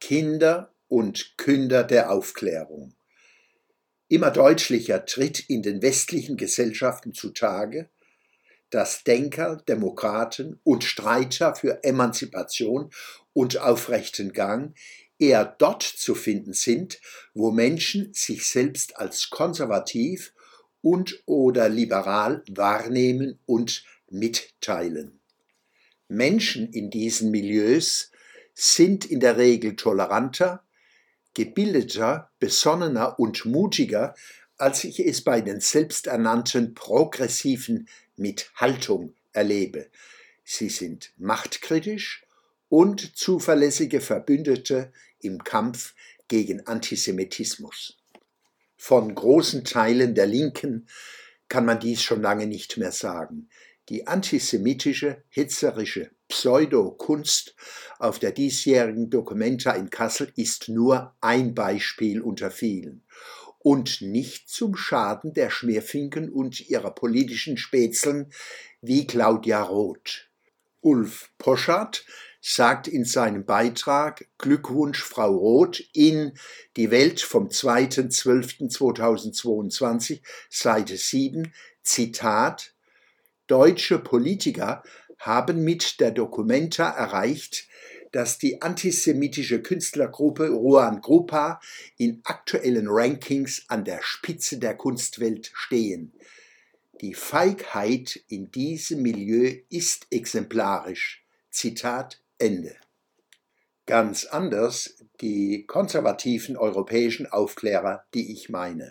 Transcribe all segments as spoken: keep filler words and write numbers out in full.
Kinder und Künder der Aufklärung. Immer deutlicher tritt in den westlichen Gesellschaften zutage, dass Denker, Demokraten und Streiter für Emanzipation und aufrechten Gang eher dort zu finden sind, wo Menschen sich selbst als konservativ und oder liberal wahrnehmen und mitteilen. Menschen in diesen Milieus sind in der Regel toleranter, gebildeter, besonnener und mutiger, als ich es bei den selbsternannten Progressiven mit Haltung erlebe. Sie sind machtkritisch und zuverlässige Verbündete im Kampf gegen Antisemitismus. Von großen Teilen der Linken kann man dies schon lange nicht mehr sagen. Die antisemitische, hetzerische Pseudo-Kunst auf der diesjährigen Documenta in Kassel ist nur ein Beispiel unter vielen und nicht zum Schaden der Schmierfinken und ihrer politischen Spätzeln wie Claudia Roth. Ulf Poschardt sagt in seinem Beitrag Glückwunsch Frau Roth in Die Welt vom zweiten zwölften zweitausendzweiundzwanzig, Seite sieben, Zitat: Deutsche Politiker haben mit der Documenta erreicht, dass die antisemitische Künstlergruppe Ruan Grupa in aktuellen Rankings an der Spitze der Kunstwelt stehen. Die Feigheit in diesem Milieu ist exemplarisch. Zitat Ende. Ganz anders die konservativen europäischen Aufklärer, die ich meine.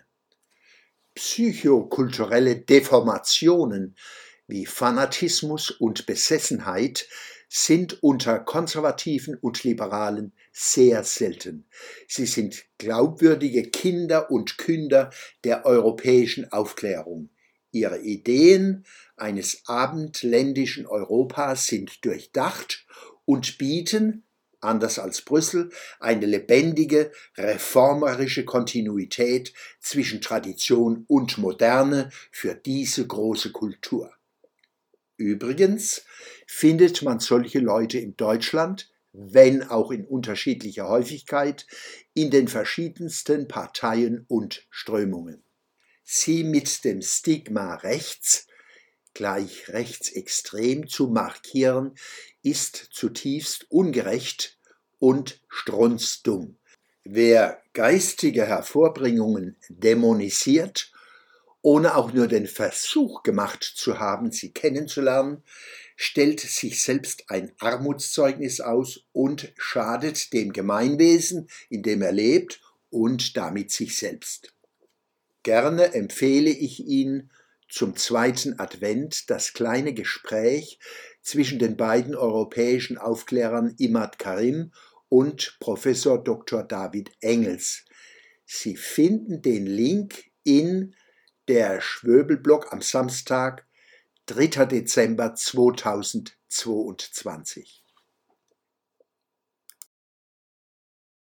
Psychokulturelle Deformationen wie Fanatismus und Besessenheit sind unter Konservativen und Liberalen sehr selten. Sie sind glaubwürdige Kinder und Künder der europäischen Aufklärung. Ihre Ideen eines abendländischen Europas sind durchdacht und bieten, anders als Brüssel, eine lebendige, reformerische Kontinuität zwischen Tradition und Moderne für diese große Kultur. Übrigens findet man solche Leute in Deutschland, wenn auch in unterschiedlicher Häufigkeit, in den verschiedensten Parteien und Strömungen. Sie mit dem Stigma rechts, gleich rechtsextrem zu markieren, ist zutiefst ungerecht und strunzdumm. Wer geistige Hervorbringungen dämonisiert, ohne auch nur den Versuch gemacht zu haben, sie kennenzulernen, stellt sich selbst ein Armutszeugnis aus und schadet dem Gemeinwesen, in dem er lebt, und damit sich selbst. Gerne empfehle ich Ihnen zum zweiten Advent das kleine Gespräch zwischen den beiden europäischen Aufklärern Imad Karim und Professor Doktor David Engels. Sie finden den Link in der Schwöbel-Blog am Samstag, dritter Dezember zweitausendzweiundzwanzig.